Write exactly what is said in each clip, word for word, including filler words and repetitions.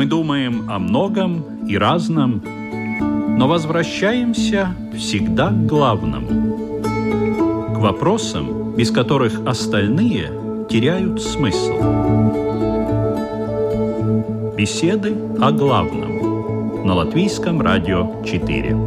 Мы думаем о многом и разном, но возвращаемся всегда к главному, к вопросам, без которых остальные теряют смысл. Беседы о главном на Латвийском радио четыре.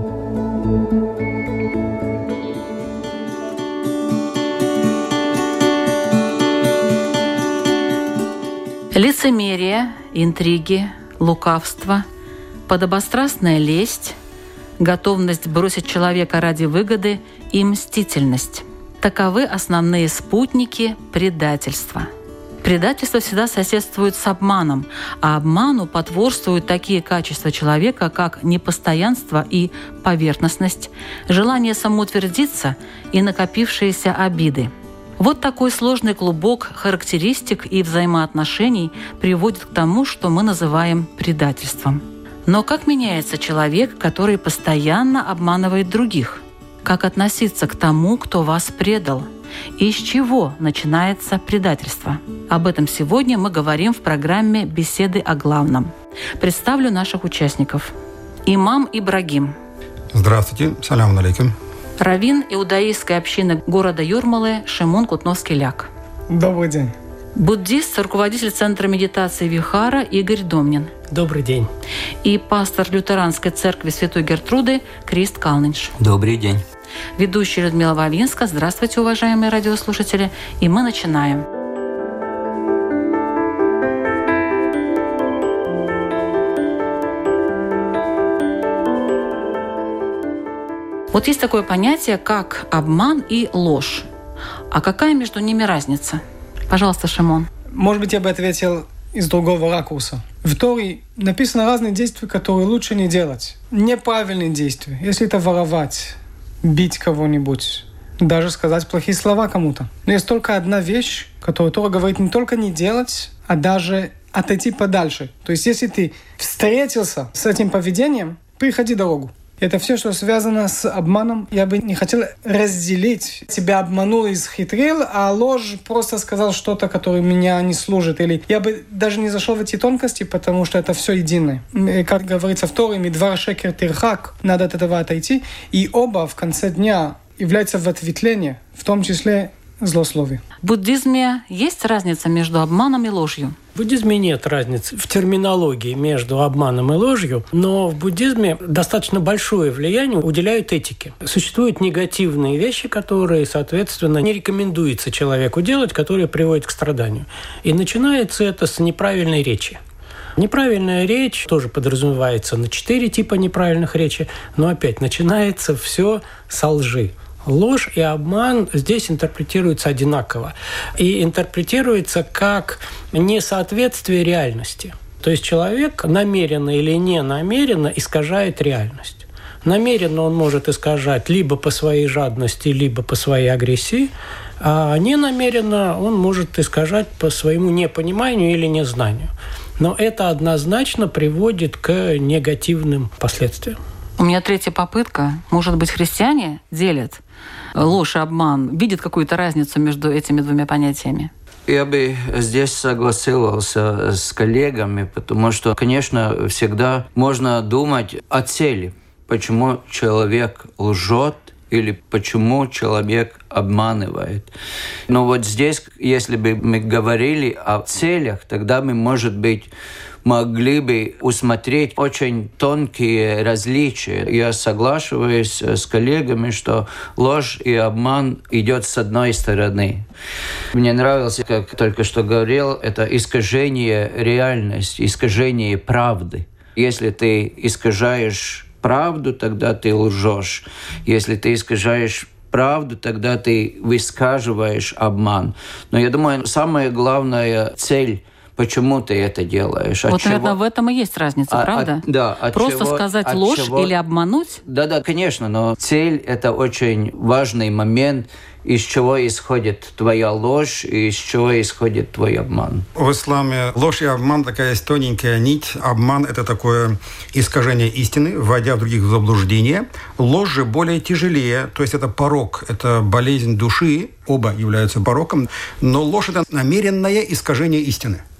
Лицемерие, интриги, лукавство, подобострастная лесть, готовность бросить человека ради выгоды и мстительность – таковы основные спутники предательства. Предательство всегда соседствует с обманом, а обману потворствуют такие качества человека, как непостоянство и поверхностность, желание самоутвердиться и накопившиеся обиды. Вот такой сложный клубок характеристик и взаимоотношений приводит к тому, что мы называем предательством. Но как меняется человек, который постоянно обманывает других? Как относиться к тому, кто вас предал? И с чего начинается предательство? Об этом сегодня мы говорим в программе «Беседы о главном». Представлю наших участников. Имам Ибрагим. Здравствуйте. Салям алейкум. Раввин иудаистской общины города Юрмалы Шимон Кутновский-Ляк. Добрый день. Буддист, руководитель Центра медитации Вихара Игорь Домнин. Добрый день. И пастор лютеранской церкви Святой Гертруды Крист Калнинш. Добрый день. Ведущая Людмила Вавинска. Здравствуйте, уважаемые радиослушатели. И мы начинаем. Вот есть такое понятие, как обман и ложь. А какая между ними разница? Пожалуйста, Шимон. Может быть, я бы ответил из другого ракурса. В Торе написано разные действия, которые лучше не делать. Неправильные действия. Если это воровать, бить кого-нибудь, даже сказать плохие слова кому-то. Но есть только одна вещь, которую Тора говорит не только не делать, а даже отойти подальше. То есть, если ты встретился с этим поведением, переходи дорогу. Это все, что связано с обманом. Я бы не хотел разделить. Тебя обманул и схитрил, а ложь просто сказал что-то, которое меня не служит. Или я бы даже не зашел в эти тонкости, потому что это все единое. И, как говорится в Торе, «Мидвар шекер тирхак», надо от этого отойти. И оба в конце дня являются в ответвлении, в том числе злословие. В буддизме есть разница между обманом и ложью? В буддизме нет разницы в терминологии между обманом и ложью, но в буддизме достаточно большое влияние уделяют этике. Существуют негативные вещи, которые, соответственно, не рекомендуется человеку делать, которые приводят к страданию. И начинается это с неправильной речи. Неправильная речь тоже подразумевается на четыре типа неправильных речи, но опять начинается все со лжи. Ложь и обман здесь интерпретируются одинаково. И интерпретируется как несоответствие реальности. То есть человек намеренно или не намеренно искажает реальность. Намеренно он может искажать либо по своей жадности, либо по своей агрессии, а ненамеренно он может искажать по своему непониманию или незнанию. Но это однозначно приводит к негативным последствиям. У меня третья попытка. Может быть, христиане делят ложь и обман, видят какую-то разницу между этими двумя понятиями? Я бы здесь согласился с коллегами, потому что, конечно, всегда можно думать о цели. Почему человек лжет или почему человек обманывает. Но вот здесь, если бы мы говорили о целях, тогда мы, может быть, могли бы усмотреть очень тонкие различия. Я соглашаюсь с коллегами, что ложь и обман идет с одной стороны. Мне нравилось, как только что говорил, это искажение реальности, искажение правды. Если ты искажаешь правду, тогда ты лжешь. Если ты искажаешь правду, тогда ты высказываешь обман. Но я думаю, самая главная цель, почему ты это делаешь. Вот, чего... наверное, в этом и есть разница, а, правда? От, да. От Просто чего, сказать от ложь чего... или обмануть? Да-да, конечно, но цель – это очень важный момент, из чего исходит твоя ложь и из чего исходит твой обман. В исламе ложь и обман такая есть тоненькая нить. Обман – это такое искажение истины, вводя в других в заблуждение. Ложь же более тяжелее, то есть это порок, это болезнь души, оба являются пороком, но ложь – это намеренное искажение истины.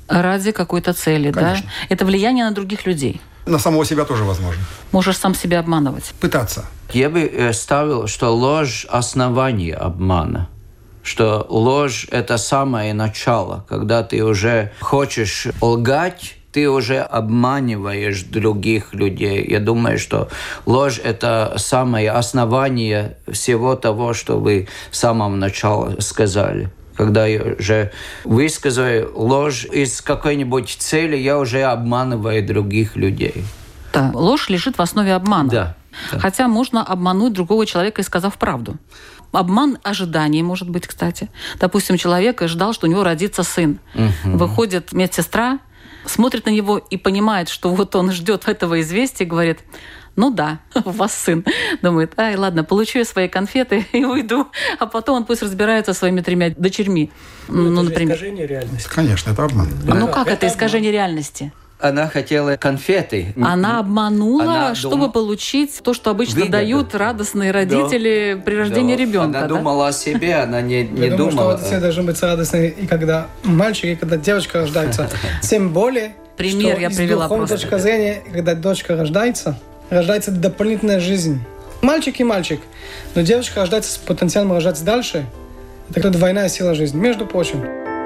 Ради какой-то цели, Конечно. да? Это влияние на других людей. На самого себя тоже возможно. Можешь сам себя обманывать. Пытаться. Я бы ставил, что ложь – основание обмана. Что ложь – это самое начало. Когда ты уже хочешь лгать, ты уже обманываешь других людей. Я думаю, что ложь – это самое основание всего того, что вы с самого начала сказали. Когда я уже высказываю ложь из какой-нибудь цели, я уже обманываю других людей. Да. Ложь лежит в основе обмана. Да. Да. Хотя можно обмануть другого человека, сказав правду. Обман ожиданий, может быть, кстати. Допустим, человек ждал, что у него родится сын. Угу. Выходит медсестра, смотрит на него и понимает, что вот он ждет этого известия, и говорит: ну да, у вас сын. Думает: ай, ладно, получу я свои конфеты и уйду. А потом он пусть разбирается со своими тремя дочерьми. Ну, ну это например. искажение реальности. Конечно, это обман. А ну Да, как это, это искажение реальности? Она хотела конфеты. Она обманула, Она чтобы дум... получить то, что обычно Выгоду. дают радостные родители да. при рождении да. ребенка. Она да? думала о себе, она не, не Я думала. думаю, что все должны быть радостны и когда мальчик, и когда девочка рождается. Тем более, пример что я из привела духовной просто. точки зрения, когда дочка рождается, рождается дополнительная жизнь. Мальчик и мальчик. Но девочка рождается с потенциалом рождаться дальше. Это двойная сила жизни, между прочим.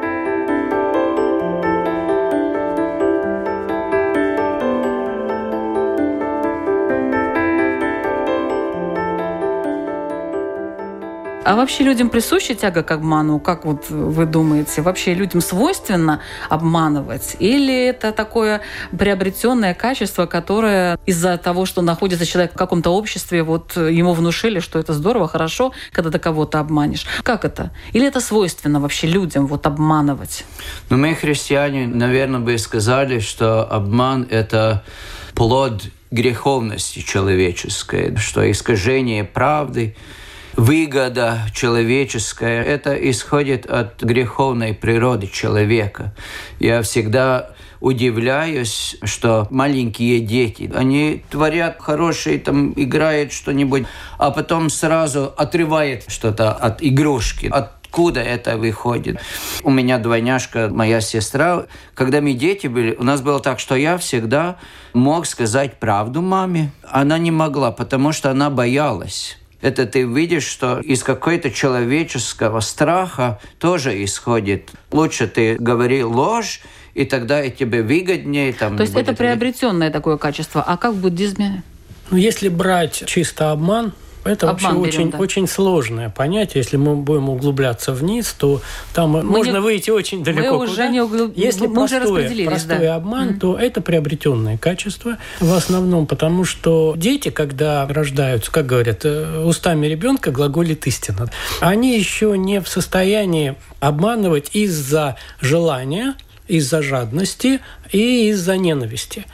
А вообще людям присуща тяга к обману? Как вот вы думаете? Вообще людям свойственно обманывать? Или это такое приобретенное качество, которое из-за того, что находится человек в каком-то обществе, вот ему внушили, что это здорово, хорошо, когда ты кого-то обманешь? Как это? Или это свойственно вообще людям вот обманывать? Ну, мы, христиане, наверное, бы сказали, что обман – это плод греховности человеческой, что искажение правды, выгода человеческая – это исходит от греховной природы человека. Я всегда удивляюсь, что маленькие дети, они творят хорошее, там, играют что-нибудь, а потом сразу отрывают что-то от игрушки. Откуда это выходит? У меня двойняшка, моя сестра. Когда мы дети были, у нас было так, что я всегда мог сказать правду маме. Она не могла, потому что она боялась. Это ты видишь, что из какой-то человеческого страха тоже исходит. Лучше ты говори ложь, и тогда тебе выгоднее. Там, То есть это приобретенное такое качество. А как в буддизме? Ну, если брать чисто обман, это Обман вообще берем, очень, да. очень сложное понятие. Если мы будем углубляться вниз, то там мы можно не, выйти очень далеко. Мы куда. уже, не углуб... Если мы простое, уже распределились, простой да. обман, mm-hmm. то это приобретенное качество в основном, потому что дети, когда рождаются, как говорят, устами ребенка глаголит истина. Они еще не в состоянии обманывать из-за желания, из-за жадности и из-за ненависти.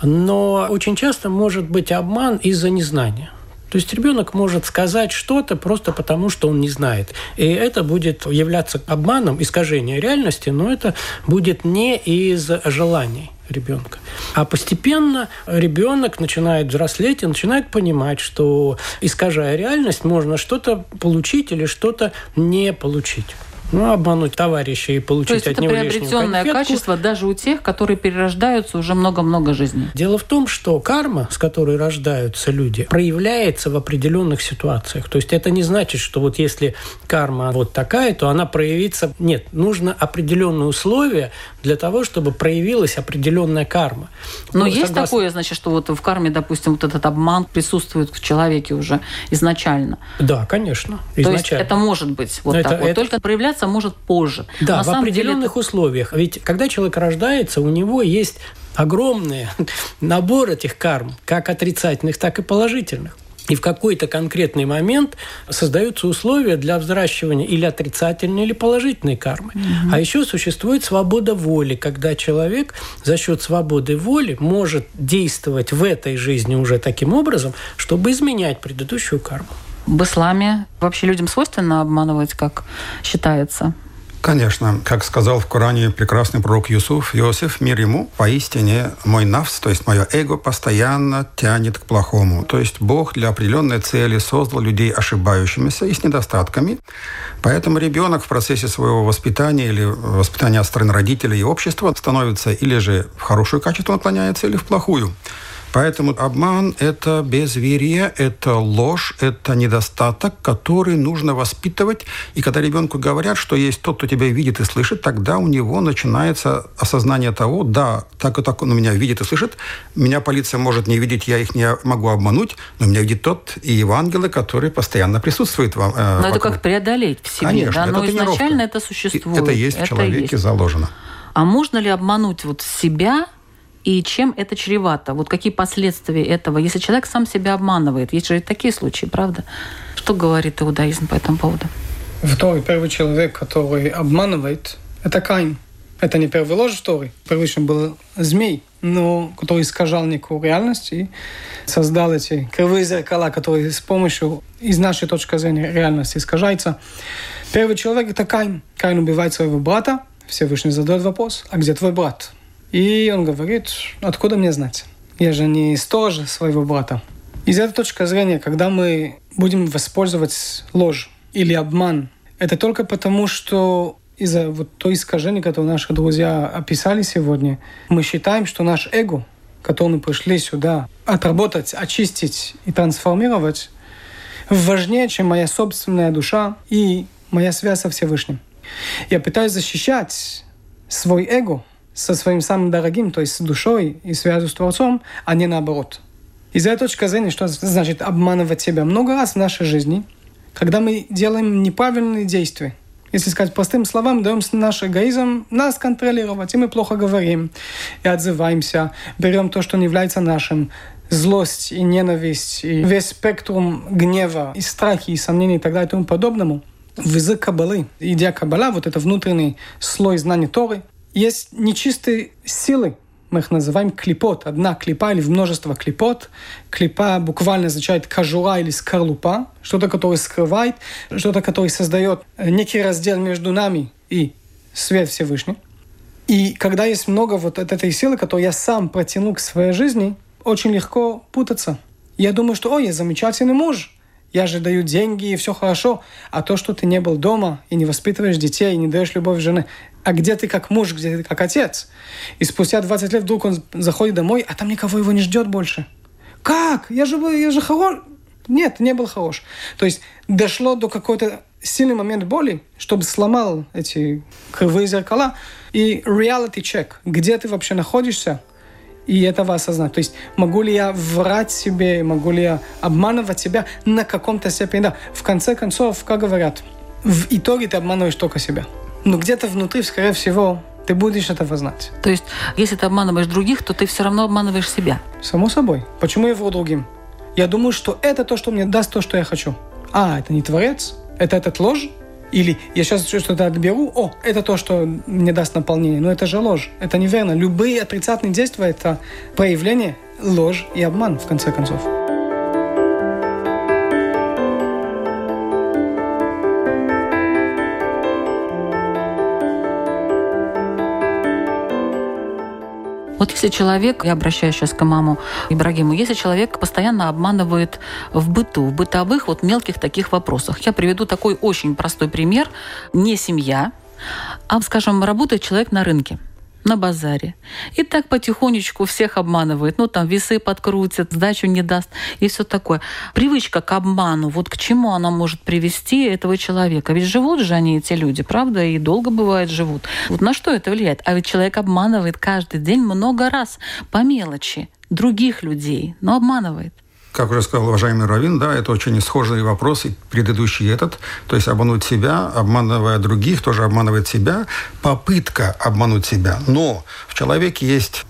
Но очень часто может быть обман из-за незнания. То есть ребенок может сказать что-то просто потому, что он не знает. И это будет являться обманом, искажением реальности, но это будет не из желаний ребенка. А постепенно ребенок начинает взрослеть и начинает понимать, что, искажая реальность, можно что-то получить или что-то не получить. Ну, обмануть товарища и получить от него лишнюю конфетку. То есть это приобретенное качество даже у тех, которые перерождаются уже много-много жизней. Дело в том, что карма, с которой рождаются люди, проявляется в определенных ситуациях. То есть это не значит, что вот если карма вот такая, то она проявится. Нет, нужно определенные условия для того, чтобы проявилась определенная карма. Но ну, есть согласно... такое, значит, что вот в карме, допустим, вот этот обман присутствует в человеке уже изначально? Да, конечно, изначально. То есть это может быть вот это, так вот. Это... Только проявляться может позже. Да, на в самом определенных деле... условиях. Ведь когда человек рождается, у него есть огромный набор этих карм, как отрицательных, так и положительных. И в какой-то конкретный момент создаются условия для взращивания или отрицательной, или положительной кармы. Mm-hmm. А еще существует свобода воли, когда человек за счет свободы воли может действовать в этой жизни уже таким образом, чтобы изменять предыдущую карму. В исламе вообще людям свойственно обманывать, как считается? Конечно, как сказал в Коране прекрасный пророк Юсуф, Иосиф, мир ему, поистине мой нафс, то есть мое эго, постоянно тянет к плохому. То есть Бог для определенной цели создал людей ошибающимися и с недостатками. Поэтому ребенок в процессе своего воспитания или воспитания от стороны родителей и общества становится или же в хорошую качество наклоняется, или в плохую. Поэтому обман – это безверие, это ложь, это недостаток, который нужно воспитывать. И когда ребенку говорят, что есть тот, кто тебя видит и слышит, тогда у него начинается осознание того, да, так и так он меня видит и слышит, меня полиция может не видеть, я их не могу обмануть, но меня видит тот и ангелы, которые постоянно присутствуют в, э, Но вокруг. это как преодолеть в себе, Конечно, да? Но это изначально это существует. Это есть это в человеке есть. заложено. А можно ли обмануть вот себя? И чем это чревато? Вот какие последствия этого, если человек сам себя обманывает? Есть же такие случаи, правда? Что говорит иудаизм по этому поводу? Второй, первый человек, который обманывает, это Каин. Это не первый ложь второй. Первый был змей, но который искажал некую реальность и создал эти кривые зеркала, которые с помощью, из нашей точки зрения, реальности искажаются. Первый человек – это Каин. Каин убивает своего брата. Всевышний задает вопрос: а где твой брат? И он говорит: откуда мне знать? Я же не сторож своего брата. Из этой точки зрения, когда мы будем воспользовать ложь или обман, это только потому, что из-за вот той искажения, которое наши друзья описали сегодня, мы считаем, что наш эго, который мы пришли сюда отработать, очистить и трансформировать, важнее, чем моя собственная душа и моя связь со Всевышним. Я пытаюсь защищать свой эго со своим самым дорогим, то есть с душой и связью с Творцом, а не наоборот. Из этой точки зрения, что значит обманывать себя? Много раз в нашей жизни, когда мы делаем неправильные действия, если сказать простым словам, даем наш эгоизм нас контролировать, и мы плохо говорим, и отзываемся, берем то, что не является нашим, злость и ненависть, и весь спектрум гнева, и страхи, и сомнений, и так далее, и тому подобному. В язык Каббалы, идея Каббала, вот это внутренний слой знаний Торы, есть нечистые силы, мы их называем клипот. Одна клипа или множество клипот. Клипа буквально означает кожура или скорлупа. Что-то, которое скрывает, что-то, которое создает некий раздел между нами и свет Всевышний. И когда есть много вот этой силы, которую я сам протяну к своей жизни, очень легко путаться. Я думаю, что ой, я замечательный муж. Я же даю деньги, и все хорошо. А то, что ты не был дома, и не воспитываешь детей, и не даешь любовь жены, а где ты как муж, где ты как отец? И спустя двадцать лет вдруг он заходит домой, а там никого его не ждет больше. Как? Я же, я же хорош. Нет, не был хорош. То есть дошло до какой-то сильный момент боли, чтобы сломал эти кривые зеркала. И reality check. Где ты вообще находишься? И этого осознать. То есть могу ли я врать себе, могу ли я обманывать себя на каком-то степени? Да. В конце концов, как говорят, в итоге ты обманываешь только себя. Но где-то внутри, скорее всего, ты будешь этого знать. То есть, если ты обманываешь других, то ты все равно обманываешь себя. Само собой. Почему я вру другим? Я думаю, что это то, что мне даст то, что я хочу. А, это не Творец? Это этот ложь? Или я сейчас что-то отберу, о, это то, что мне даст наполнение. Но это же ложь. Это неверно. Любые отрицательные действия – это проявление, ложь и обман, в конце концов. Вот если человек, я обращаюсь сейчас к имаму Ибрагиму, если человек постоянно обманывает в быту, в бытовых вот мелких таких вопросах. Я приведу такой очень простой пример. Не семья, а, скажем, работает человек на рынке, на базаре. И так потихонечку всех обманывает. Ну, там весы подкрутит, сдачу не даст и все такое. Привычка к обману, вот к чему она может привести этого человека? Ведь живут же они, эти люди, правда? И долго, бывает, живут. Вот на что это влияет? А ведь человек обманывает каждый день много раз по мелочи других людей, но обманывает. Как уже сказал уважаемый раввин, да, это очень схожий вопрос, и предыдущий этот. То есть обмануть себя, обманывая других, тоже обманывает себя. Попытка обмануть себя. Но в человеке есть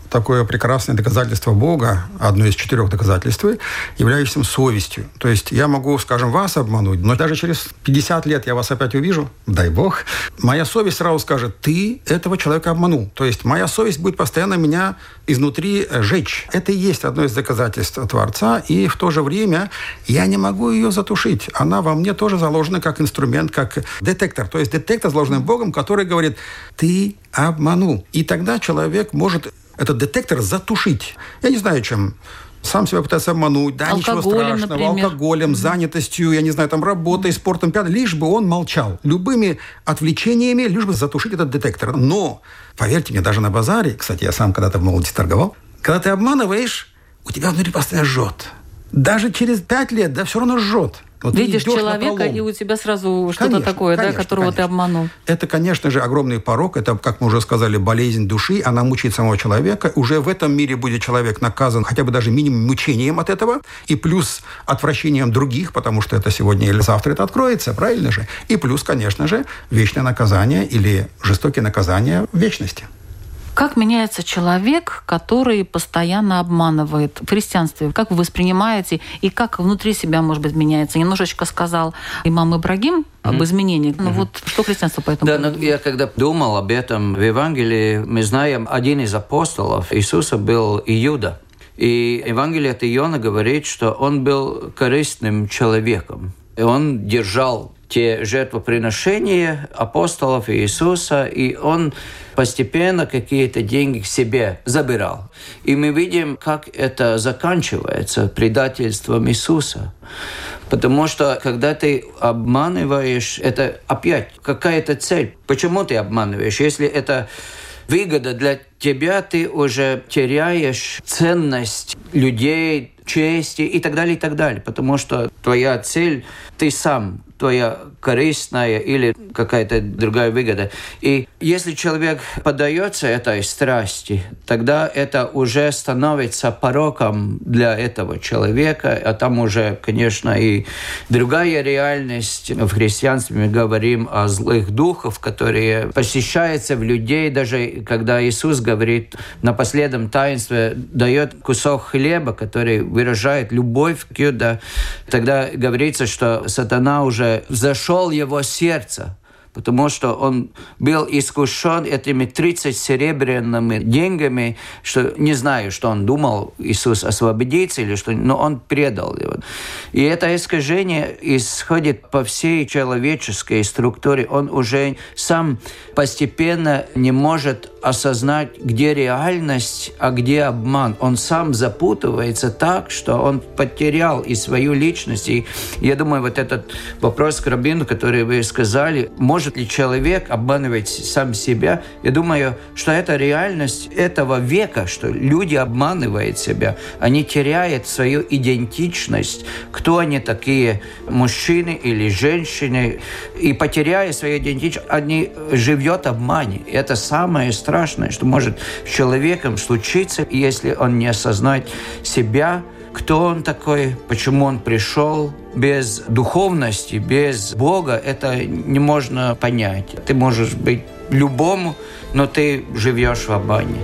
такое прекрасное доказательство Бога, одно из четырех доказательств, являющееся совестью. То есть я могу, скажем, вас обмануть, но даже через пятьдесят лет я вас опять увижу, дай Бог, моя совесть сразу скажет: ты этого человека обманул. То есть моя совесть будет постоянно меня изнутри жечь. Это и есть одно из доказательств Творца, и в то же время я не могу ее затушить. Она во мне тоже заложена как инструмент, как детектор. То есть детектор, заложенный Богом, который говорит: ты обманул. И тогда человек может этот детектор затушить. Я не знаю, чем. Сам себя пытается обмануть. Да, ничего страшного. Например. Алкоголем, занятостью, я не знаю, там, работой, спортом, пятым. Лишь бы он молчал. Любыми отвлечениями, лишь бы затушить этот детектор. Но, поверьте мне, даже на базаре, кстати, я сам когда-то в молодости торговал, когда ты обманываешь, у тебя внутри постоянно жжет. Даже через пять лет, да, все равно жжет. Вот видишь человека, и у тебя сразу что-то конечно, такое, конечно, да, которого конечно. Ты обманул. Это, конечно же, огромный порок. Это, как мы уже сказали, болезнь души. Она мучает самого человека. Уже в этом мире будет человек наказан хотя бы даже минимум мучением от этого. И плюс отвращением других, потому что это сегодня или завтра это откроется, правильно же? И плюс, конечно же, вечное наказание или жестокие наказания в вечности. Как меняется человек, который постоянно обманывает? В христианстве как вы воспринимаете и как внутри себя, может быть, меняется? Немножечко сказал имам Ибрагим об mm-hmm. изменениях. Ну mm-hmm. вот что христианство по этому Да, ну, я когда думал об этом в Евангелии, мы знаем, один из апостолов Иисуса был Иуда. И Евангелие от Иоанна говорит, что он был корыстным человеком. И он держал те жертвоприношения апостолов Иисуса, и он постепенно какие-то деньги к себе забирал. И мы видим, как это заканчивается предательством Иисуса. Потому что, когда ты обманываешь, это опять какая-то цель. Почему ты обманываешь? Если это выгода для тебя, ты уже теряешь ценность людей, чести и так далее, и так далее. Потому что твоя цель, ты сам, твоя корыстная или какая-то другая выгода. И если человек поддается этой страсти, тогда это уже становится пороком для этого человека, а там уже, конечно, и другая реальность. В христианстве мы говорим о злых духах, которые посещаются в людей, даже когда Иисус говорит на последнем таинстве, дает кусок хлеба, который выражает любовь к Юда, тогда говорится, что сатана уже зашел в его сердце, потому что он был искушен этими тридцатью серебряными деньгами, что не знаю, что он думал, Иисус освободится или что, но он предал его. И это искажение исходит по всей человеческой структуре. Он уже сам постепенно не может осознать, где реальность, а где обман. Он сам запутывается так, что он потерял и свою личность. И я думаю, вот этот вопрос к Рабину, который вы сказали, может ли человек обманывать сам себя? Я думаю, что это реальность этого века, что люди обманывают себя. Они теряют свою идентичность, кто они такие, мужчины или женщины. И потеряя свою идентичность, они живут в обмане. Это самое страшное, что может с человеком случиться, если он не осознает себя, кто он такой, почему он пришел. Без духовности, без Бога это не можно понять. Ты можешь быть любому, но ты живешь в обмане.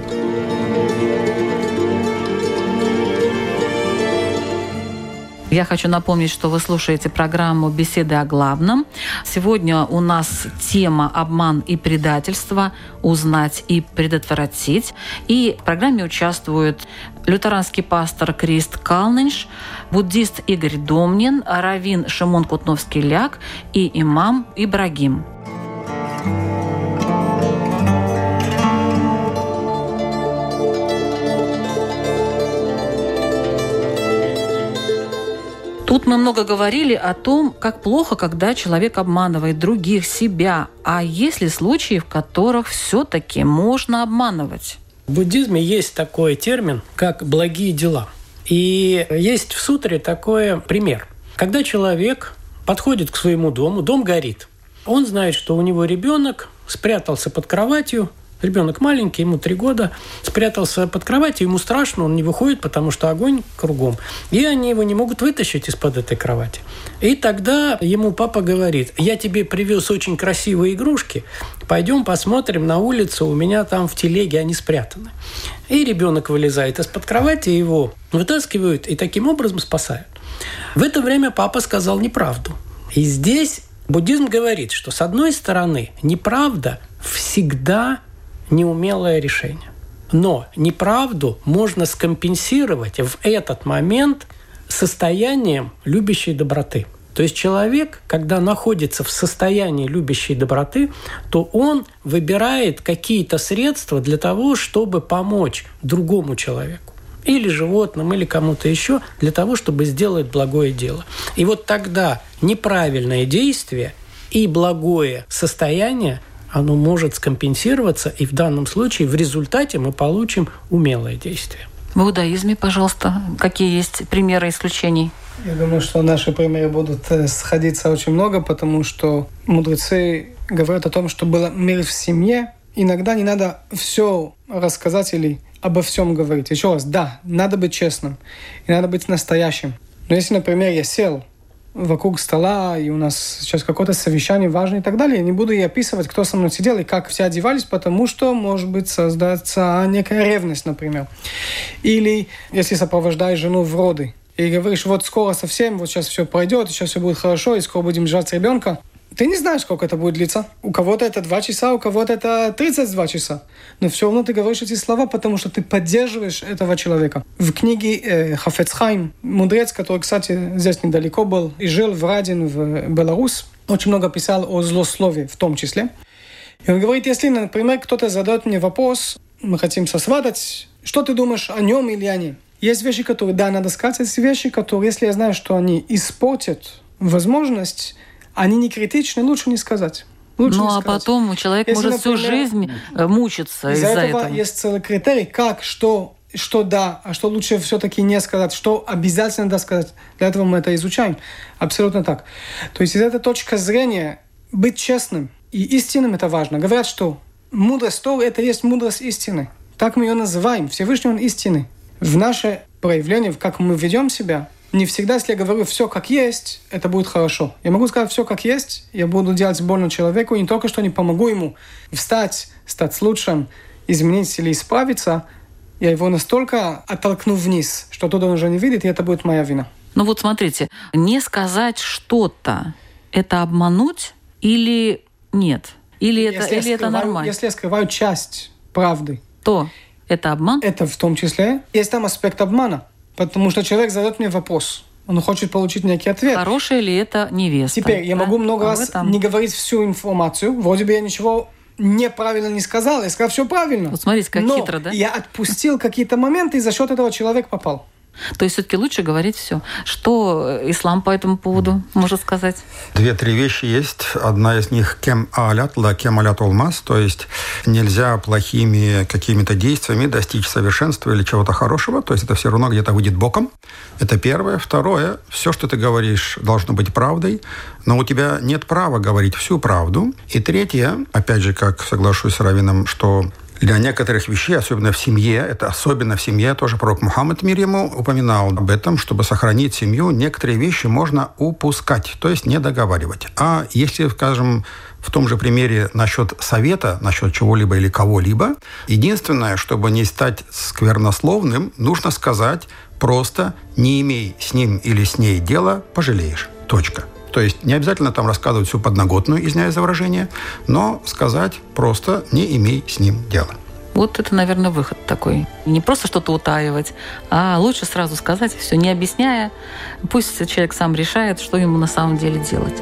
Я хочу напомнить, что вы слушаете программу «Беседы о главном». Сегодня у нас тема «Обман и предательство. Узнать и предотвратить». И в программе участвуют лютеранский пастор Крист Калнинш, буддист Игорь Домнин, раввин Шимон Кутновский-Ляк и имам Ибрагим. Тут мы много говорили о том, как плохо, когда человек обманывает других, себя. А есть ли случаи, в которых все-таки можно обманывать? В буддизме есть такой термин, как «благие дела». И есть в сутре такой пример. Когда человек подходит к своему дому, дом горит. Он знает, что у него ребенок спрятался под кроватью, Ребенок маленький, ему три года, спрятался под кроватью, ему страшно, он не выходит, потому что огонь кругом. И они его не могут вытащить из-под этой кровати. И тогда ему папа говорит: я тебе привез очень красивые игрушки, пойдем посмотрим на улицу, у меня там в телеге они спрятаны. И ребенок вылезает из-под кровати, его вытаскивают и таким образом спасают. В это время папа сказал неправду. И здесь буддизм говорит, что с одной стороны неправда всегда неумелое решение. Но неправду можно скомпенсировать в этот момент состоянием любящей доброты. То есть человек, когда находится в состоянии любящей доброты, то он выбирает какие-то средства для того, чтобы помочь другому человеку. Или животным, или кому-то еще, для того, чтобы сделать благое дело. И вот тогда неправильное действие и благое состояние оно может скомпенсироваться, и в данном случае в результате мы получим умелое действие. В иудаизме, пожалуйста, какие есть примеры исключений? Я думаю, что наши примеры будут сходиться очень много, потому что мудрецы говорят о том, что был мир в семье. Иногда не надо все рассказать или обо всем говорить. Еще раз, да, надо быть честным и надо быть настоящим. Но если, например, я сел вокруг стола, и у нас сейчас какое-то совещание важное и так далее, я не буду и описывать, кто со мной сидел и как все одевались, потому что, может быть, создаться некая ревность, например. Или если сопровождаешь жену в роды, и говоришь: вот скоро совсем, вот сейчас все пройдет, сейчас все будет хорошо, и скоро будем ждать ребенка. Ты не знаешь, сколько это будет длиться. У кого-то это два часа, у кого-то это тридцать два часа. Но все равно ты говоришь эти слова, потому что ты поддерживаешь этого человека. В книге э, Хафец Хаим, мудрец, который, кстати, здесь недалеко был и жил в Радин, в Беларусь, очень много писал о злословии в том числе. И он говорит: если, например, кто-то задает мне вопрос, мы хотим сосватать, что ты думаешь о нем или о ней? Есть вещи, которые, да, надо сказать, есть вещи, которые, если я знаю, что они испортят возможность, они не критичны, лучше не сказать. Лучше ну, не а сказать. потом человек Если, может всю например, жизнь мучиться из-за, из-за этого. этого. Есть целый критерий, как, что, что да, а что лучше все-таки не сказать, что обязательно да сказать. Для этого мы это изучаем. Абсолютно так. То есть из этой точки зрения быть честным и истинным – это важно. Говорят, что мудрость Торы – это есть мудрость истины. Так мы ее называем. Всевышний он истины. В наше проявление, как мы ведем себя, не всегда, если я говорю все как есть, это будет хорошо. Я могу сказать все как есть, я буду делать больно человеку, и не только что не помогу ему встать, стать лучшим, изменить или исправиться, я его настолько оттолкну вниз, что тот он уже не видит, и это будет моя вина. Ну вот смотрите, не сказать что-то – это обмануть или нет? Или это, или это нормально? Если я скрываю часть правды, то это обман? Это в том числе. Есть там аспект обмана. Потому что человек задает мне вопрос. Он хочет получить некий ответ. Хорошая ли это невеста? Теперь я да? могу много а раз этом... не говорить всю информацию. Вроде бы я ничего неправильно не сказал. Я сказал все правильно. Вот смотрите, как Но хитро, да? я отпустил какие-то моменты, и за счет этого человек попал. То есть все-таки лучше говорить все. Что ислам по этому поводу может сказать? Две-три вещи есть. Одна из них кем алят, ла кем алят олмас, то есть нельзя плохими какими-то действиями достичь совершенства или чего-то хорошего, то есть это все равно где-то выйдет боком. Это первое. Второе, все, что ты говоришь, должно быть правдой, но у тебя нет права говорить всю правду. И третье, опять же, как соглашусь с раввином, что для некоторых вещей, особенно в семье, это особенно в семье, тоже пророк Мухаммад, мир ему, упоминал об этом, чтобы сохранить семью, некоторые вещи можно упускать, то есть не договаривать. А если, скажем, в том же примере насчет совета, насчет чего-либо или кого-либо, единственное, чтобы не стать сквернословным, нужно сказать просто «не имей с ним или с ней дела, пожалеешь». Точка. То есть не обязательно там рассказывать всю подноготную, извиняюсь за выражение, но сказать просто «не имей с ним дела». Вот это, наверное, выход такой. Не просто что-то утаивать, а лучше сразу сказать все, не объясняя. Пусть человек сам решает, что ему на самом деле делать.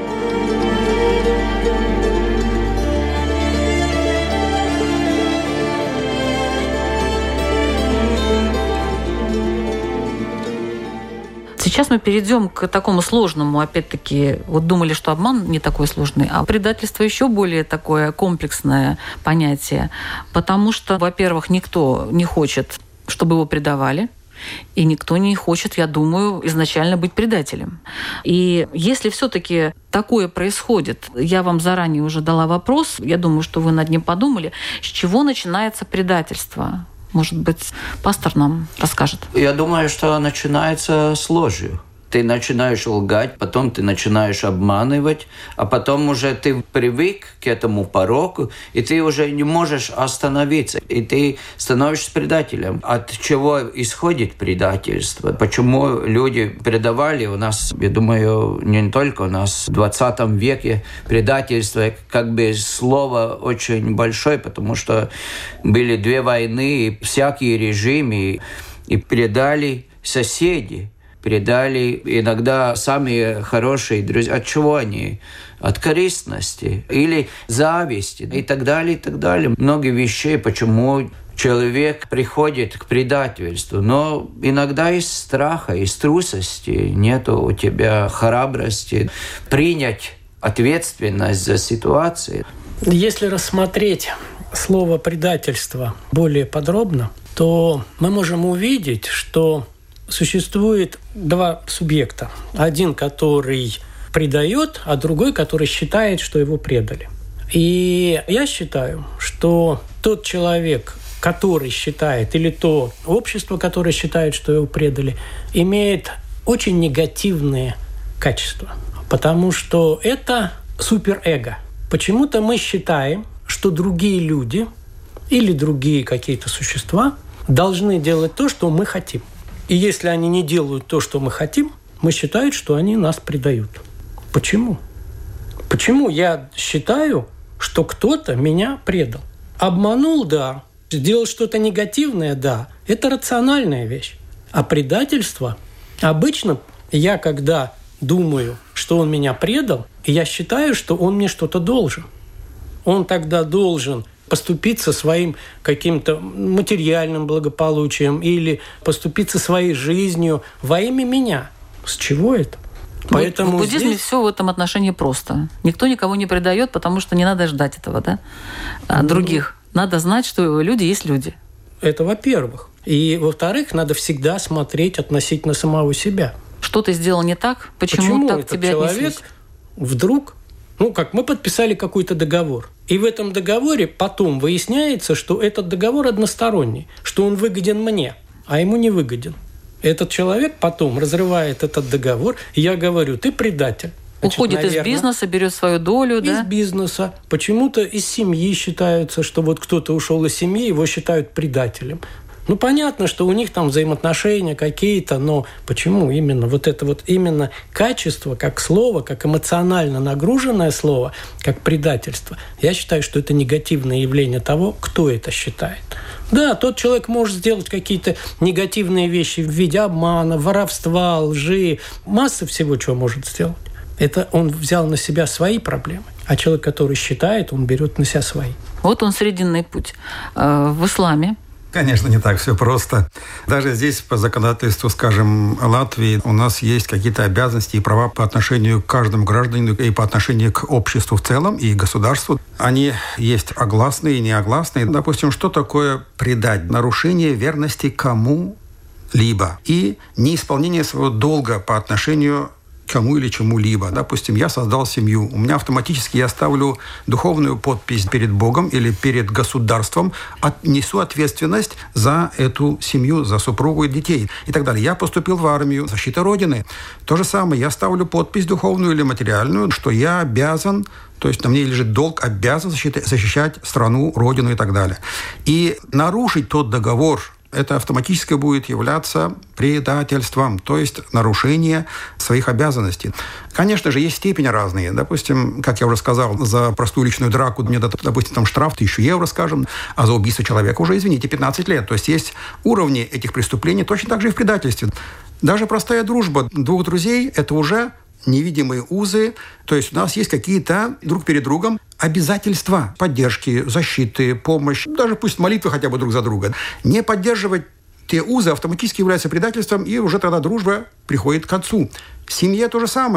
Сейчас мы перейдем к такому сложному, опять-таки, вот думали, что обман не такой сложный, а предательство еще более такое комплексное понятие, потому что, во-первых, никто не хочет, чтобы его предавали, И никто не хочет, я думаю, изначально быть предателем. И если все-таки такое происходит, я вам заранее уже дала вопрос, я думаю, что вы над ним подумали, с чего начинается предательство? Может быть, пастор нам расскажет. Я думаю, что начинается с ложью. Ты начинаешь лгать, потом ты начинаешь обманывать, а потом уже ты привык к этому пороку, и ты уже не можешь остановиться, и ты становишься предателем. От чего исходит предательство? Почему люди предавали? У нас, я думаю, не только у нас, в двадцатом веке предательство, как бы слово очень большое, потому что были две войны, и всякие режимы, и предали соседи. Предали иногда самые хорошие друзья. От чего они? От корыстности или зависти и так далее, и так далее. Много вещей, почему человек приходит к предательству. Но иногда из страха, из трусости нету у тебя храбрости принять ответственность за ситуацию. Если рассмотреть слово «предательство» более подробно, то мы можем увидеть, что существует два субъекта. Один, который предает, а другой, который считает, что его предали. И я считаю, что тот человек, который считает, или то общество, которое считает, что его предали, имеет очень негативные качества. Потому что это суперэго. Почему-то мы считаем, что другие люди или другие какие-то существа должны делать то, что мы хотим. И если они не делают то, что мы хотим, мы считаем, что они нас предают. Почему? Почему я считаю, что кто-то меня предал? Обманул – да. Сделал что-то негативное – да. Это рациональная вещь. А предательство – обычно я, когда думаю, что он меня предал, я считаю, что он мне что-то должен. Он тогда должен поступиться своим каким-то материальным благополучием или поступиться своей жизнью во имя меня. С чего это? Поэтому в буддизме здесь... все в этом отношении просто. Никто никого не предает, потому что не надо ждать этого, да? От ну... других. Надо знать, что люди есть люди. Это во-первых. И во-вторых, надо всегда смотреть относительно самого себя. Что ты сделал не так? Почему, Почему так этот тебя человек отнеслись? Вдруг... Ну, как мы подписали какой-то договор. И в этом договоре потом выясняется, что этот договор односторонний, что он выгоден мне, а ему не выгоден. Этот человек потом разрывает этот договор, и я говорю, ты предатель. Значит, уходит наверное, из бизнеса, берет свою долю, из да? Из бизнеса. Почему-то из семьи считаются, что вот кто-то ушел из семьи, его считают предателем. Ну, понятно, что у них там взаимоотношения какие-то, но почему именно вот это вот именно качество, как слово, как эмоционально нагруженное слово, как предательство, я считаю, что это негативное явление того, кто это считает. Да, тот человек может сделать какие-то негативные вещи в виде обмана, воровства, лжи, массы всего, чего может сделать. Это он взял на себя свои проблемы. А человек, который считает, он берет на себя свои. Вот он срединный путь. В исламе Конечно, не так все просто. Даже здесь по законодательству, скажем, Латвии у нас есть какие-то обязанности и права по отношению к каждому гражданину и по отношению к обществу в целом и государству. Они есть огласные и неогласные. Допустим, что такое предать? Нарушение верности кому-либо и неисполнение своего долга по отношению к кому или чему-либо. Допустим, я создал семью. У меня автоматически я ставлю духовную подпись перед Богом или перед государством, от, несу ответственность за эту семью, за супругу и детей и так далее. Я поступил в армию, защита Родины. То же самое, я ставлю подпись духовную или материальную, что я обязан, то есть на мне лежит долг, обязан защищать, защищать страну, Родину и так далее. И нарушить тот договор, это автоматически будет являться предательством, то есть нарушение своих обязанностей. Конечно же, есть степени разные. Допустим, как я уже сказал, за простую личную драку мне, допустим, там штраф тысячу евро, скажем, а за убийство человека уже, извините, пятнадцать лет. То есть есть уровни этих преступлений точно так же и в предательстве. Даже простая дружба двух друзей – это уже невидимые узы, то есть у нас есть какие-то друг перед другом обязательства поддержки, защиты, помощи, даже пусть молитвы хотя бы друг за друга. Не поддерживать те узы автоматически является предательством, и уже тогда дружба приходит к концу. В семье то же самое.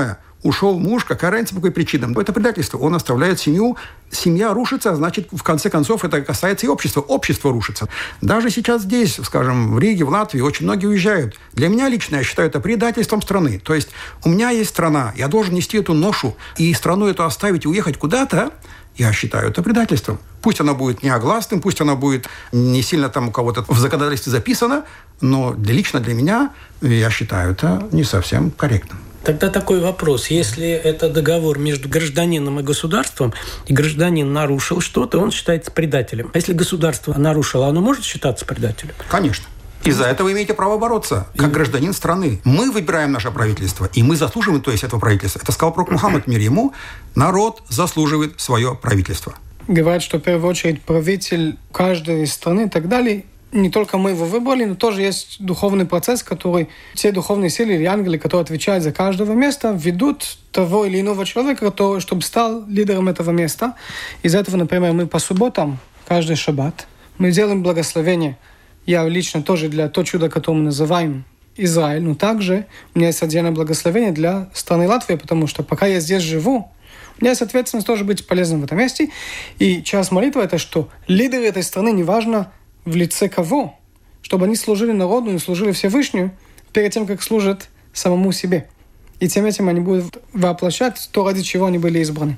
ушел муж, какая разница, по какой причине? Это предательство. Он оставляет семью. Семья рушится, значит, в конце концов, это касается и общества. Общество рушится. Даже сейчас здесь, скажем, в Риге, в Латвии, очень многие уезжают. Для меня лично, я считаю, это предательством страны. То есть у меня есть страна, я должен нести эту ношу, и страну эту оставить и уехать куда-то, я считаю это предательством. Пусть она будет неогласным, пусть она будет не сильно там у кого-то в законодательстве записана, но лично для меня, я считаю, это не совсем корректно. Тогда такой вопрос. Если это договор между гражданином и государством, и гражданин нарушил что-то, он считается предателем. А если государство нарушило, оно может считаться предателем? Конечно. И за это вы имеете право бороться, как гражданин страны. Мы выбираем наше правительство, и мы заслуживаем, то есть, этого правительства. Это сказал пророк Мухаммад, мир ему. Народ заслуживает свое правительство. Говорят, что в первую очередь правитель каждой страны и так далее. Не только мы его выбрали, но тоже есть духовный процесс, который те духовные силы или ангелы, которые отвечают за каждого места, ведут того или иного человека, который, чтобы стал лидером этого места. Из-за этого, например, мы по субботам, каждый шаббат, мы делаем благословение. Я лично тоже для того чуда, которое мы называем Израиль, но также у меня есть отдельное благословение для страны Латвии, потому что пока я здесь живу, у меня есть ответственность тоже быть полезным в этом месте. И часть молитвы – это что лидеры этой страны, неважно, в лице кого, чтобы они служили народу, не служили Всевышнему перед тем, как служат самому себе. И тем этим они будут воплощать то, ради чего они были избраны.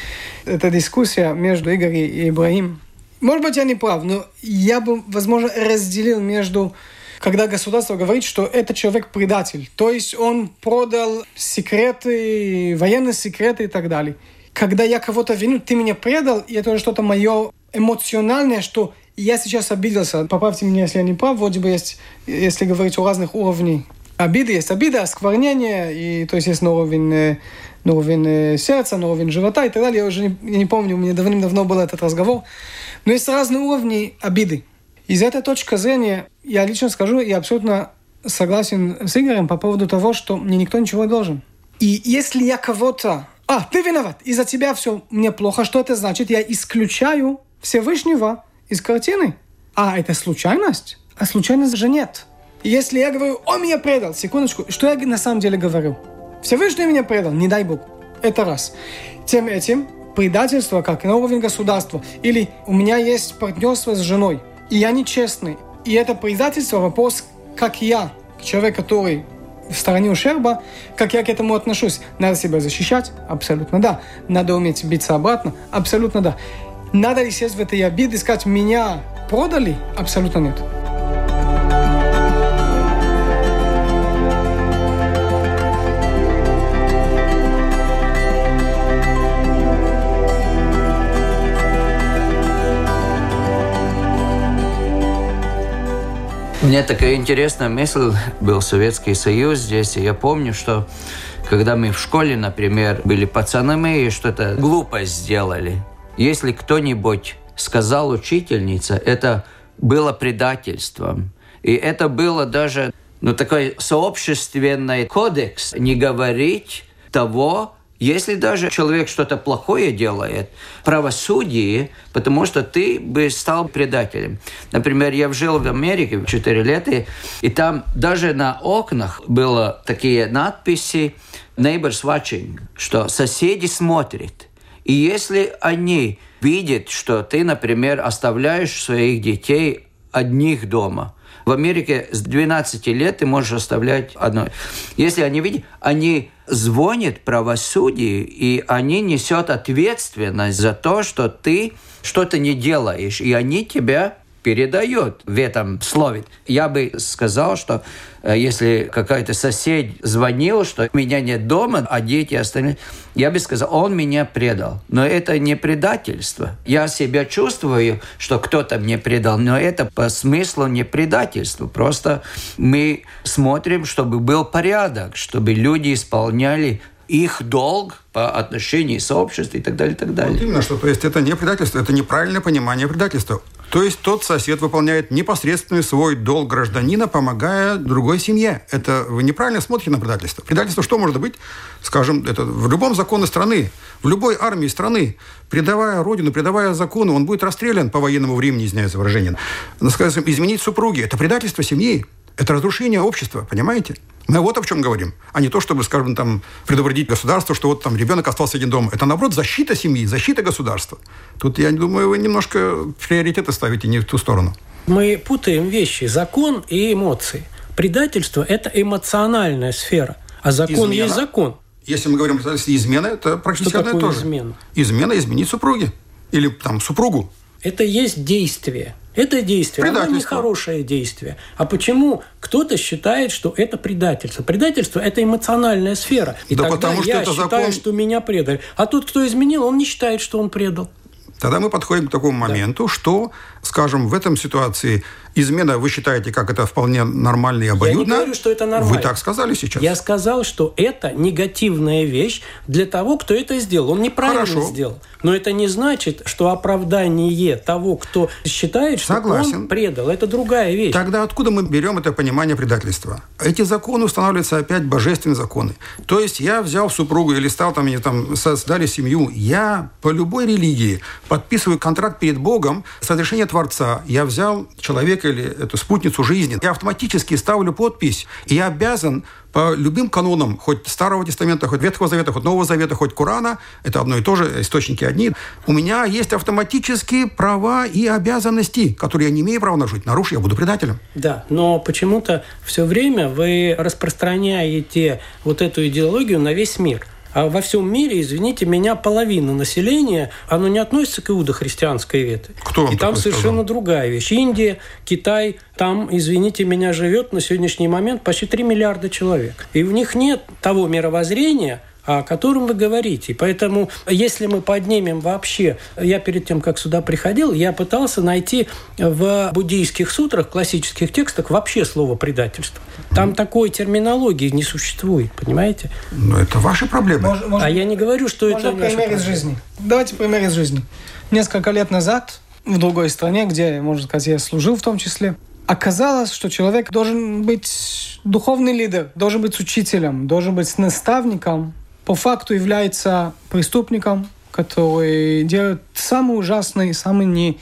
Эта дискуссия между Игорем и Ибрагимом. Может быть, я не прав, но я бы, возможно, разделил между... Когда государство говорит, что этот человек предатель, то есть он продал секреты, военные секреты и так далее. Когда я кого-то виню, ты меня предал, и это что-то мое эмоциональное, что я сейчас обиделся. Поправьте меня, если я не прав. Вроде бы есть, если говорить о разных уровнях обиды, есть обида, осквернение, и то есть есть на уровень, на уровень сердца, на уровень живота и так далее. Я уже не, я не помню, у меня давным-давно был этот разговор. Но есть разные уровни обиды. Из этой точки зрения, я лично скажу, я абсолютно согласен с Игорем по поводу того, что мне никто ничего не должен. И если я кого-то... А, ты виноват, из-за тебя все мне плохо, что это значит? Я исключаю Всевышнего из картины. А, это случайность? А случайность же нет. И если я говорю, он меня предал, секундочку, что я на самом деле говорю? Всевышний меня предал, не дай Бог. Это раз. Тем этим предательство, как на уровне государства, или у меня есть партнерство с женой, и я нечестный. И это предательство, вопрос, как я, человек, который в стороне ущерба, как я к этому отношусь. Надо себя защищать? Абсолютно да. Надо уметь биться обратно? Абсолютно да. Надо ли сесть в этой обиде и сказать, меня продали? Абсолютно нет. У меня такая интересная мысль. Был Советский Союз здесь, и я помню, что когда мы в школе, например, были пацанами и что-то глупость сделали, если кто-нибудь сказал учительнице, это было предательством. И это было даже ну, такой сообщественный кодекс не говорить того, если даже человек что-то плохое делает, правосудие, потому что ты бы стал предателем. Например, я жил в Америке четыре лета, и там даже на окнах было такие надписи «Neighbors watching», что соседи смотрят. И если они видят, что ты, например, оставляешь своих детей одних дома, в Америке с двенадцати лет ты можешь оставлять одно. Если они видят, они звонят правосудию, и они несут ответственность за то, что ты что-то не делаешь, и они тебя передают в этом слове. Я бы сказал, что если какой-то сосед звонил, что меня нет дома, а дети остальные, я бы сказал, он меня предал. Но это не предательство. Я себя чувствую, что кто-то мне предал, но это по смыслу не предательство. Просто мы смотрим, чтобы был порядок, чтобы люди исполняли их долг по отношению к сообществу и так далее, и так далее. Вот именно что, то есть это не предательство, это неправильное понимание предательства. То есть тот сосед выполняет непосредственный свой долг гражданина, помогая другой семье. Это вы неправильно смотрите на предательство. Предательство что может быть? Скажем, это в любом законе страны, в любой армии страны, предавая родину, предавая закону, он будет расстрелян по военному времени, извиняюсь за выражение. Скажем, изменить супруги – это предательство семьи. Это разрушение общества, понимаете? Мы вот о чем говорим, а не то, чтобы, скажем, там, предупредить государство, что вот там ребенок остался один дома. Это, наоборот, защита семьи, защита государства. Тут, я думаю, вы немножко приоритеты ставите не в ту сторону. Мы путаем вещи, закон и эмоции. Предательство – это эмоциональная сфера, а закон измена. Есть закон. Если мы говорим о предательстве, измена – это практически что одно и то же. Измена? Измена – изменить супруги. Или там супругу. Это есть действие. Это действие, оно не хорошее действие. А почему кто-то считает, что это предательство? Предательство – это эмоциональная сфера. И да тогда потому, что я это считаю, закон... что меня предали. А тот, кто изменил, он не считает, что он предал. Тогда мы подходим к такому моменту, да. что, скажем, в этом ситуации измена, вы считаете, как это вполне нормально и обоюдно? Я не говорю, что это нормально. Вы так сказали сейчас. Я сказал, что это негативная вещь для того, кто это сделал. Он неправильно Хорошо. сделал. Но это не значит, что оправдание того, кто считает, что Согласен. он предал. Это другая вещь. Тогда откуда мы берем это понимание предательства? Эти законы устанавливаются опять божественные законы. То есть я взял супругу или стал там, или там создали семью. Я по любой религии подписываю контракт перед Богом с разрешения Творца. Я взял человека или эту спутницу жизни. Я автоматически ставлю подпись. И я обязан по любым канонам, хоть Старого Тестамента, хоть Ветхого Завета, хоть Нового Завета, хоть Корана, это одно и то же, источники одни, у меня есть автоматические права и обязанности, которые я не имею права нарушить. Нарушу, я буду предателем. Да, но почему-то все время вы распространяете вот эту идеологию на весь мир. А во всем мире, извините меня, половина населения, оно не относится к иудохристианской ветви. Кто вам И там совершенно сказал? другая вещь. Индия, Китай, там, извините меня, живет на сегодняшний момент почти три миллиарда человек. И у них нет того мировоззрения, о котором вы говорите. Поэтому, если мы поднимем вообще... Я перед тем, как сюда приходил, я пытался найти в буддийских сутрах, классических текстах вообще слово «предательство». Там такой терминологии не существует, понимаете? Но это ваши проблемы. Мож, может, а я не говорю, что это не пример из жизни. Давайте пример из жизни. Несколько лет назад в другой стране, где, можно сказать, я служил в том числе, оказалось, что человек должен быть духовный лидер, должен быть учителем, должен быть наставником, по факту является преступником, который делает самые ужасные, самые не...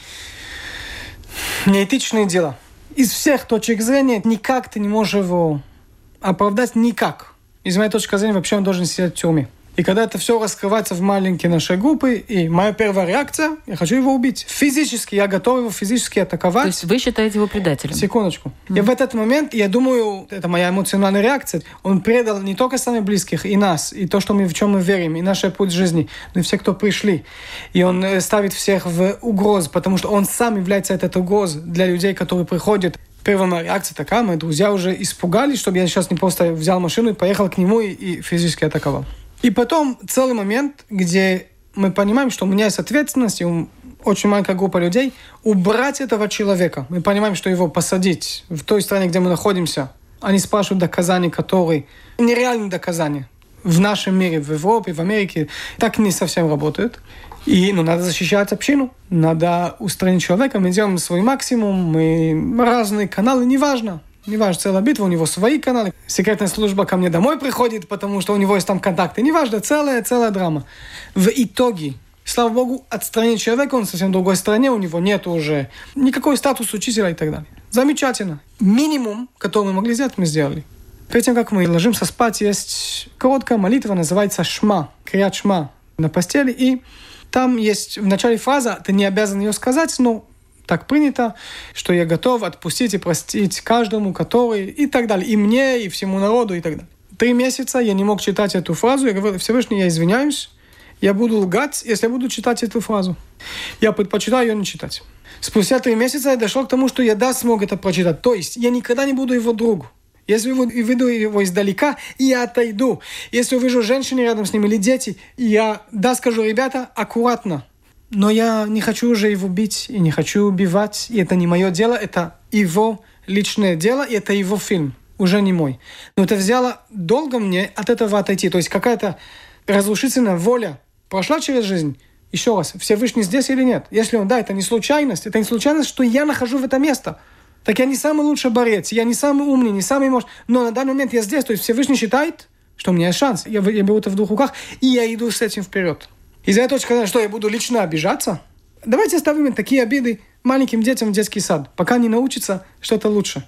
неэтичные дела. Из всех точек зрения никак ты не можешь его оправдать, никак. Из моей точки зрения вообще он должен сидеть в тюрьме. И когда это все раскрывается в маленькие наши группы, и моя первая реакция, я хочу его убить. Физически, я готов его физически атаковать. То есть вы считаете его предателем? Секундочку. Mm. И в этот момент, я думаю, это моя эмоциональная реакция, он предал не только самых близких, и нас, и то, что мы, в чем мы верим, и наш путь жизни, но и все, кто пришли. И он ставит всех в угрозу, потому что он сам является этой угрозой для людей, которые приходят. Первая моя реакция такая, мои друзья уже испугались, чтобы я сейчас не просто взял машину и поехал к нему и, и физически атаковал. И потом целый момент, где мы понимаем, что у меня есть ответственность, и у очень маленькая группа людей, убрать этого человека. Мы понимаем, что его посадить в той стране, где мы находимся. Они спрашивают доказания, которые нереальные доказания. В нашем мире, в Европе, в Америке так не совсем работают. И ну, надо защищать общину, надо устранить человека. Мы делаем свой максимум, мы разные каналы, неважно. Неважно, целая битва, у него свои каналы. Секретная служба ко мне домой приходит, потому что у него есть там контакты. Неважно, целая, целая драма. В итоге, слава богу, отстранить человека, он в совсем другой стране, у него нет уже никакой статус учителя и так далее. Замечательно. Минимум, который мы могли сделать, мы сделали. Перед тем, как мы ложимся спать, есть короткая молитва, называется «Шма», «Крият Шма» на постели. И там есть в начале фраза, ты не обязан ее сказать, но так принято, что я готов отпустить и простить каждому, который... И так далее. И мне, и всему народу, и так далее. Три месяца я не мог читать эту фразу. Я говорю, Всевышний, я извиняюсь. Я буду лгать, если я буду читать эту фразу. Я предпочитаю ее не читать. Спустя три месяца я дошел к тому, что я да, смог это прочитать. То есть я никогда не буду его другу. Если я увижу его издалека, я отойду. Если увижу женщину рядом с ним или дети, я да, скажу, ребята, аккуратно. Но я не хочу уже его бить и не хочу убивать. И это не мое дело, это его личное дело, и это его фильм, уже не мой. Но это взяло долго мне от этого отойти. То есть какая-то разрушительная воля прошла через жизнь. Еще раз, Всевышний здесь или нет? Если он, да, это не случайность. Это не случайность, что я нахожу в это место. Так я не самый лучший борец, я не самый умный, не самый мощный. Но на данный момент я здесь. То есть Всевышний считает, что у меня есть шанс. Я, я беру это в двух руках, и я иду с этим вперед. Из-за этого сказать, что я буду лично обижаться? Давайте оставим такие обиды маленьким детям в детский сад, пока не научатся что-то лучше.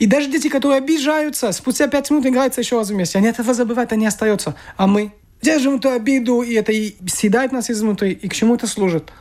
И даже дети, которые обижаются, спустя пять минут играются еще раз вместе. Они этого забывают, они остаются. А мы держим эту обиду, и это и съедает нас изнутри, и к чему это служит.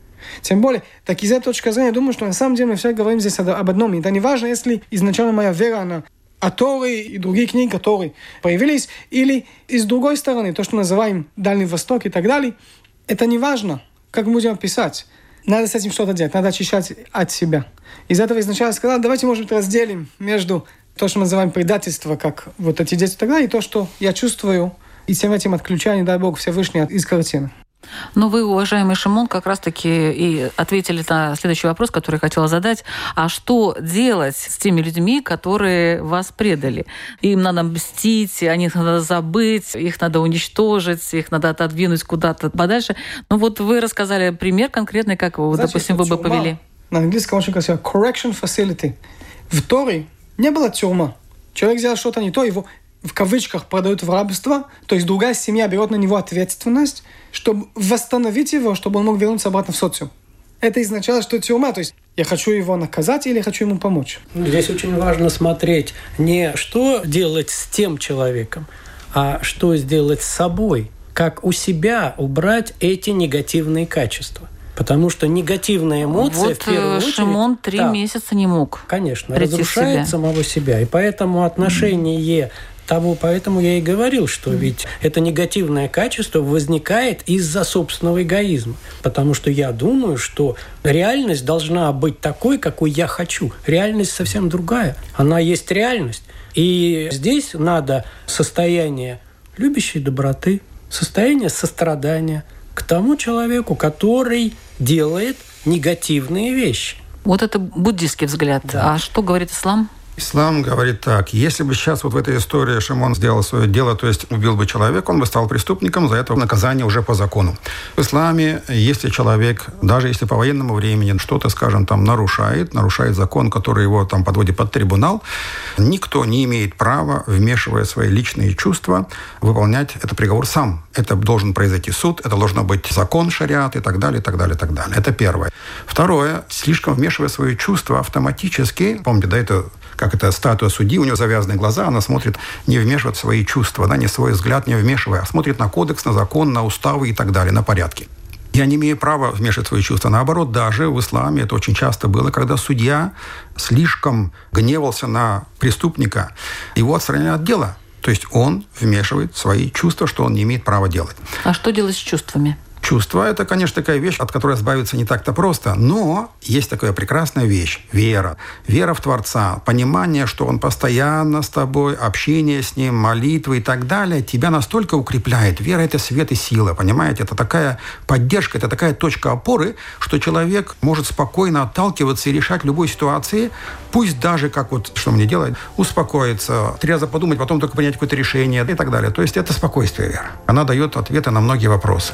Тем более, так из этой точки зрения, я думаю, что на самом деле мы все говорим здесь об одном. И это не важно, если изначально моя вера, она о Торе и другие книги, которые появились, или из другой стороны, то, что мы называем Дальний Восток и так далее, это не важно, как мы будем писать. Надо с этим что-то делать, надо очищать от себя. Из этого изначально я сказал, давайте, может быть, разделим между то, что мы называем предательство, как вот эти дети и так далее, и то, что я чувствую, и тем этим отключаю, не дай Бог, Всевышний из картины. Но вы, уважаемый Шимон, как раз-таки и ответили на следующий вопрос, который я хотела задать. А что делать с теми людьми, которые вас предали? Им надо мстить, о них надо забыть, их надо уничтожить, их надо отодвинуть куда-то подальше. Ну вот вы рассказали пример конкретный, как, Знаете, допустим, вы бы повели. На английском очень красиво. Correction facility. В Торе не было тюрьма. Человек сделал что-то не то, его в кавычках продают в рабство, то есть другая семья берет на него ответственность, чтобы восстановить его, чтобы он мог вернуться обратно в социум. Это изначально, что тюрьма, то есть я хочу его наказать или я хочу ему помочь. Здесь очень важно смотреть не что делать с тем человеком, а что сделать с собой, как у себя убрать эти негативные качества. Потому что негативная эмоция, вот в первую очередь... Шимон три да, месяца не мог. Конечно, разрушает самого себя. И поэтому отношение... Mm-hmm. Того, поэтому я и говорил, что ведь это негативное качество возникает из-за собственного эгоизма. Потому что я думаю, что реальность должна быть такой, какой я хочу. Реальность совсем другая. Она есть реальность. И здесь надо состояние любящей доброты, состояние сострадания к тому человеку, который делает негативные вещи. Вот это буддийский взгляд. Да. А что говорит ислам? Ислам говорит так: если бы сейчас вот в этой истории Шимон сделал свое дело, то есть убил бы человека, он бы стал преступником, за это наказание уже по закону. В исламе, если человек, даже если по военному времени что-то, скажем, там нарушает, нарушает закон, который его там подводит под трибунал, никто не имеет права, вмешивая свои личные чувства, выполнять этот приговор сам. Это должен произойти суд, это должен быть закон, шариат и так далее, и так далее, и так далее. Это первое. Второе, слишком вмешивая свои чувства автоматически, помните, да, это как это статуя судьи, у нее завязаны глаза, она смотрит, не вмешивает свои чувства, да, не свой взгляд не вмешивая, а смотрит на кодекс, на закон, на уставы и так далее, на порядки. Я не имею права вмешивать свои чувства. Наоборот, даже в исламе это очень часто было, когда судья слишком гневался на преступника, его отстраняли от дела. То есть он вмешивает свои чувства, что он не имеет права делать. А что делать с чувствами? Чувство – это, конечно, такая вещь, от которой избавиться не так-то просто. Но есть такая прекрасная вещь – вера. Вера в Творца, понимание, что Он постоянно с тобой, общение с Ним, молитвы и так далее, тебя настолько укрепляет. Вера – это свет и сила, понимаете? Это такая поддержка, это такая точка опоры, что человек может спокойно отталкиваться и решать любой ситуации, пусть даже, как вот, что мне делать, успокоиться, три раза подумать, потом только принять какое-то решение и так далее. То есть это спокойствие вера. Она дает ответы на многие вопросы.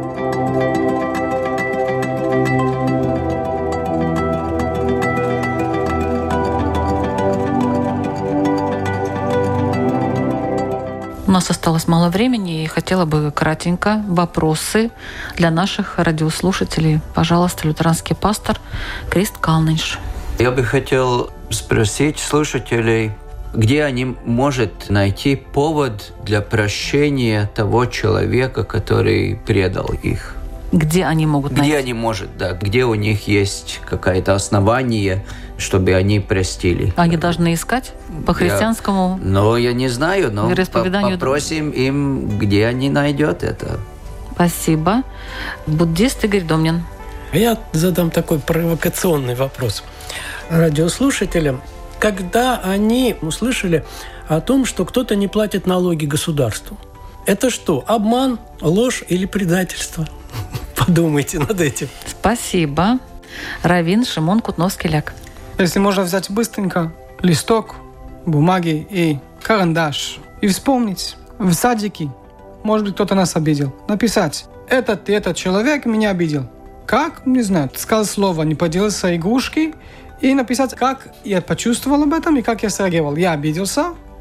У нас осталось мало времени, и хотела бы кратенько вопросы для наших радиослушателей. Пожалуйста, лютеранский пастор Крист Калнинш. Я бы хотел спросить слушателей, где они могут найти повод для прощения того человека, который предал их. Где они могут найти? Где они могут, да. Где у них есть какое-то основание, чтобы они простили. Они должны искать по христианскому я, Ну, я не знаю, но вероисповеданию... попросим им, где они найдут это. Спасибо. Буддист Игорь Домнин. Я задам такой провокационный вопрос радиослушателям. Когда они услышали о том, что кто-то не платит налоги государству, это что, обман, ложь или предательство? Подумайте над этим. Спасибо. Раввин Шимон Кутновский-Ляк. Если можно взять быстренько листок бумаги и карандаш и вспомнить в садике, может быть, кто-то нас обидел, написать: этот и этот человек меня обидел. Как? Не знаю. Сказал слово, не поделился игрушки, и написать, как я почувствовал об этом и как я среагировал. Я обиделся,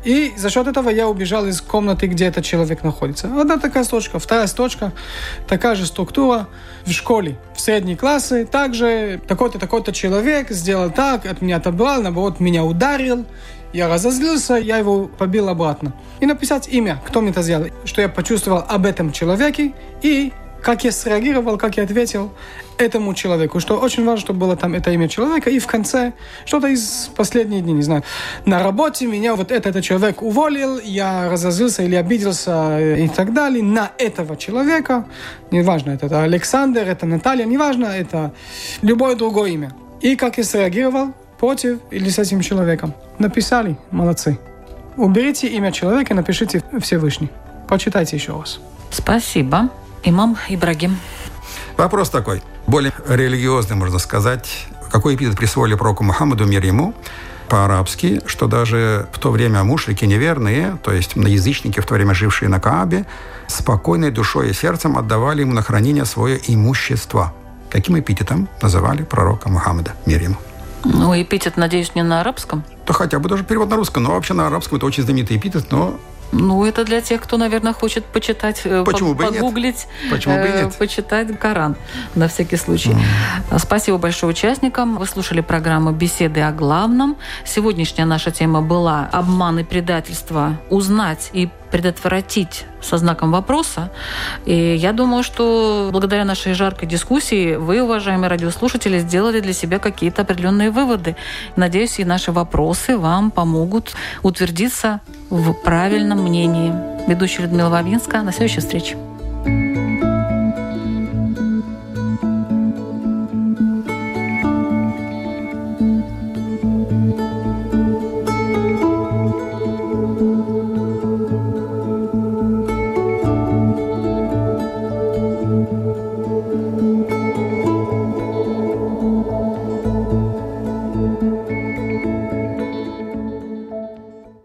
И за счет этого я убежал из комнаты, где этот человек находится. Одна такая строчка, вторая строчка, такая же структура. В школе, в средние классы, также такой-то, такой-то человек сделал так, от меня отобрал, наоборот, меня ударил. Я разозлился, я его побил обратно. И написать имя, кто мне это сделал, что я почувствовал об этом человеке и как я среагировал, как я ответил этому человеку. Что очень важно, чтобы было там это имя человека. И в конце что-то из последних дней, не знаю. На работе меня вот этот, этот человек уволил, я разозлился или обиделся и так далее. На этого человека, неважно, это Александр, это Наталья, неважно, это любое другое имя. И как я среагировал против или с этим человеком. Написали, молодцы. Уберите имя человека и напишите Всевышний. Почитайте еще раз. Спасибо. Имам Ибрагим. Вопрос такой, более религиозный, можно сказать. Какой эпитет присвоили пророку Мухаммаду, мир ему, по-арабски, что даже в то время мушрики неверные, то есть язычники, в то время жившие на Каабе, спокойной душой и сердцем отдавали ему на хранение свое имущество. Каким эпитетом называли пророка Мухаммада, мир ему? Ну, эпитет, надеюсь, не на арабском? То хотя бы даже перевод на русском, но вообще на арабском это очень знаменитый эпитет, но... Ну, это для тех, кто, наверное, хочет почитать, Почему по- бы погуглить, Почему бы и э, нет? почитать Коран, на всякий случай. Mm. Спасибо большое участникам. Вы слушали программу «Беседы о главном». Сегодняшняя наша тема была «Обман и предательство. Узнать и предотвратить» со знаком вопроса. И я думаю, что благодаря нашей жаркой дискуссии вы, уважаемые радиослушатели, сделали для себя какие-то определенные выводы. Надеюсь, и наши вопросы вам помогут утвердиться в правильном мнении. Ведущая Людмила Вавинска. До следующей встречи.